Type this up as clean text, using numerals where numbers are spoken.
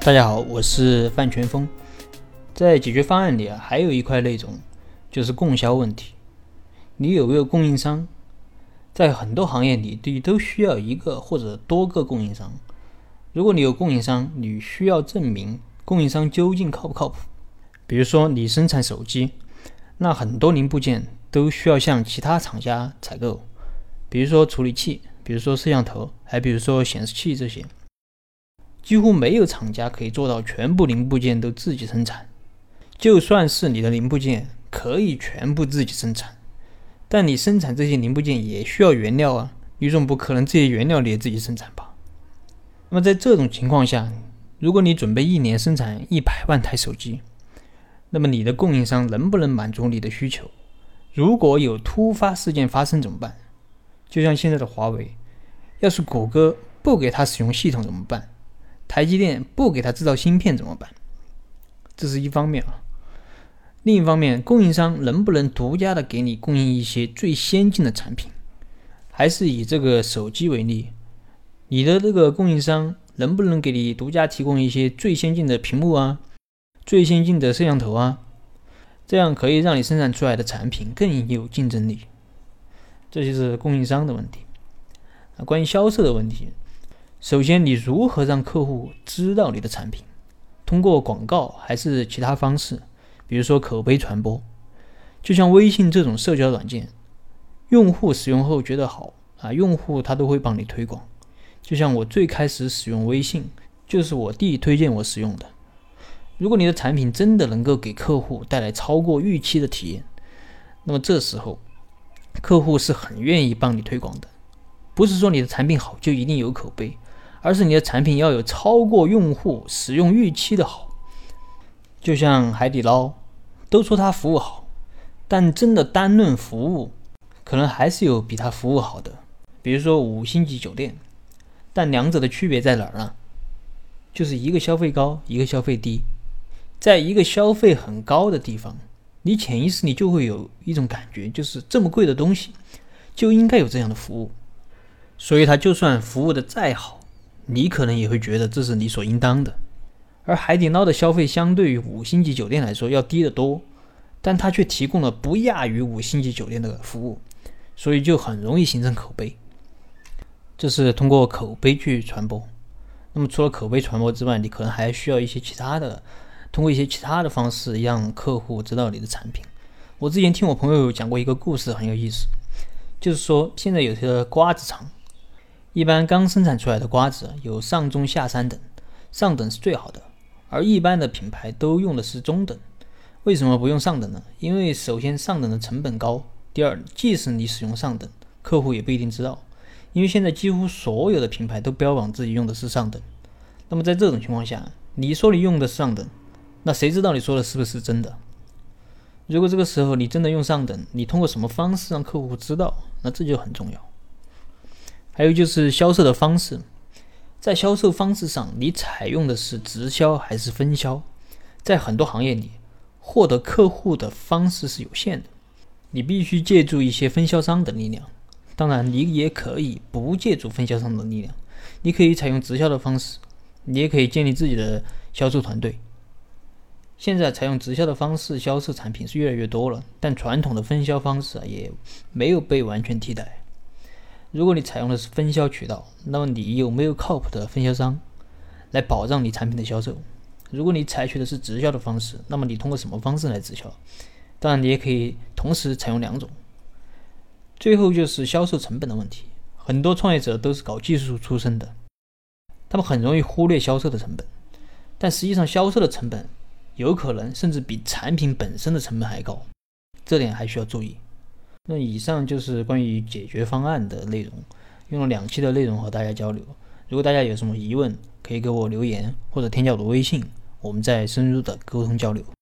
大家好，我是范全峰。在解决方案里还有一块内容就是供销问题。你有没有供应商？在很多行业里，你都需要一个或者多个供应商。如果你有供应商，你需要证明供应商究竟靠不靠谱。比如说你生产手机，那很多零部件都需要向其他厂家采购，比如说处理器，比如说摄像头，还比如说显示器这些。几乎没有厂家可以做到全部零部件都自己生产。就算是你的零部件可以全部自己生产，但你生产这些零部件也需要原料啊，你总不可能这些原料你也自己生产吧？那么在这种情况下，如果你准备1年生产100万台手机，那么你的供应商能不能满足你的需求？如果有突发事件发生怎么办？就像现在的华为，要是谷歌不给它使用系统怎么办？台积电不给它制造芯片怎么办？这是一方面啊。另一方面，供应商能不能独家的给你供应一些最先进的产品？还是以这个手机为例，你的这个供应商能不能给你独家提供一些最先进的屏幕啊，最先进的摄像头啊？这样可以让你生产出来的产品更有竞争力。这就是供应商的问题。关于销售的问题，首先，你如何让客户知道你的产品？通过广告还是其他方式？比如说口碑传播。就像微信这种社交软件，用户使用后觉得好用户他都会帮你推广。就像我最开始使用微信，就是我弟推荐我使用的。如果你的产品真的能够给客户带来超过预期的体验，那么这时候客户是很愿意帮你推广的。不是说你的产品好就一定有口碑，而是你的产品要有超过用户使用预期的好。就像海底捞，都说它服务好，但真的单论服务，可能还是有比它服务好的，比如说5星级酒店。但两者的区别在哪儿呢？就是一个消费高，一个消费低。在一个消费很高的地方，你潜意识里就会有一种感觉，就是这么贵的东西就应该有这样的服务，所以它就算服务的再好，你可能也会觉得这是理所应当的。而海底捞的消费相对于5星级酒店来说要低得多，但它却提供了不亚于5星级酒店的服务，所以就很容易形成口碑。这是通过口碑去传播。那么除了口碑传播之外，你可能还需要一些其他的，通过一些其他的方式让客户知道你的产品。我之前听我朋友讲过一个故事，很有意思。就是说现在有些瓜子厂，一般刚生产出来的瓜子有上中下3等，上等是最好的，而一般的品牌都用的是中等。为什么不用上等呢？因为首先上等的成本高，第二，即使你使用上等，客户也不一定知道，因为现在几乎所有的品牌都标榜自己用的是上等。那么在这种情况下，你说你用的是上等，那谁知道你说的是不是真的？如果这个时候你真的用上等，你通过什么方式让客户知道，那这就很重要。还有就是销售的方式，在销售方式上，你采用的是直销还是分销？在很多行业里，获得客户的方式是有限的，你必须借助一些分销商的力量。当然，你也可以不借助分销商的力量，你可以采用直销的方式，你也可以建立自己的销售团队。现在采用直销的方式销售产品是越来越多了，但传统的分销方式也没有被完全替代。如果你采用的是分销渠道，那么你有没有靠谱的分销商来保障你产品的销售？如果你采取的是直销的方式，那么你通过什么方式来直销？当然你也可以同时采用2种。最后就是销售成本的问题，很多创业者都是搞技术出身的，他们很容易忽略销售的成本，但实际上销售的成本有可能甚至比产品本身的成本还高，这点还需要注意。那以上就是关于解决方案的内容，用了2期的内容和大家交流。如果大家有什么疑问，可以给我留言或者添加我的微信，我们再深入的沟通交流。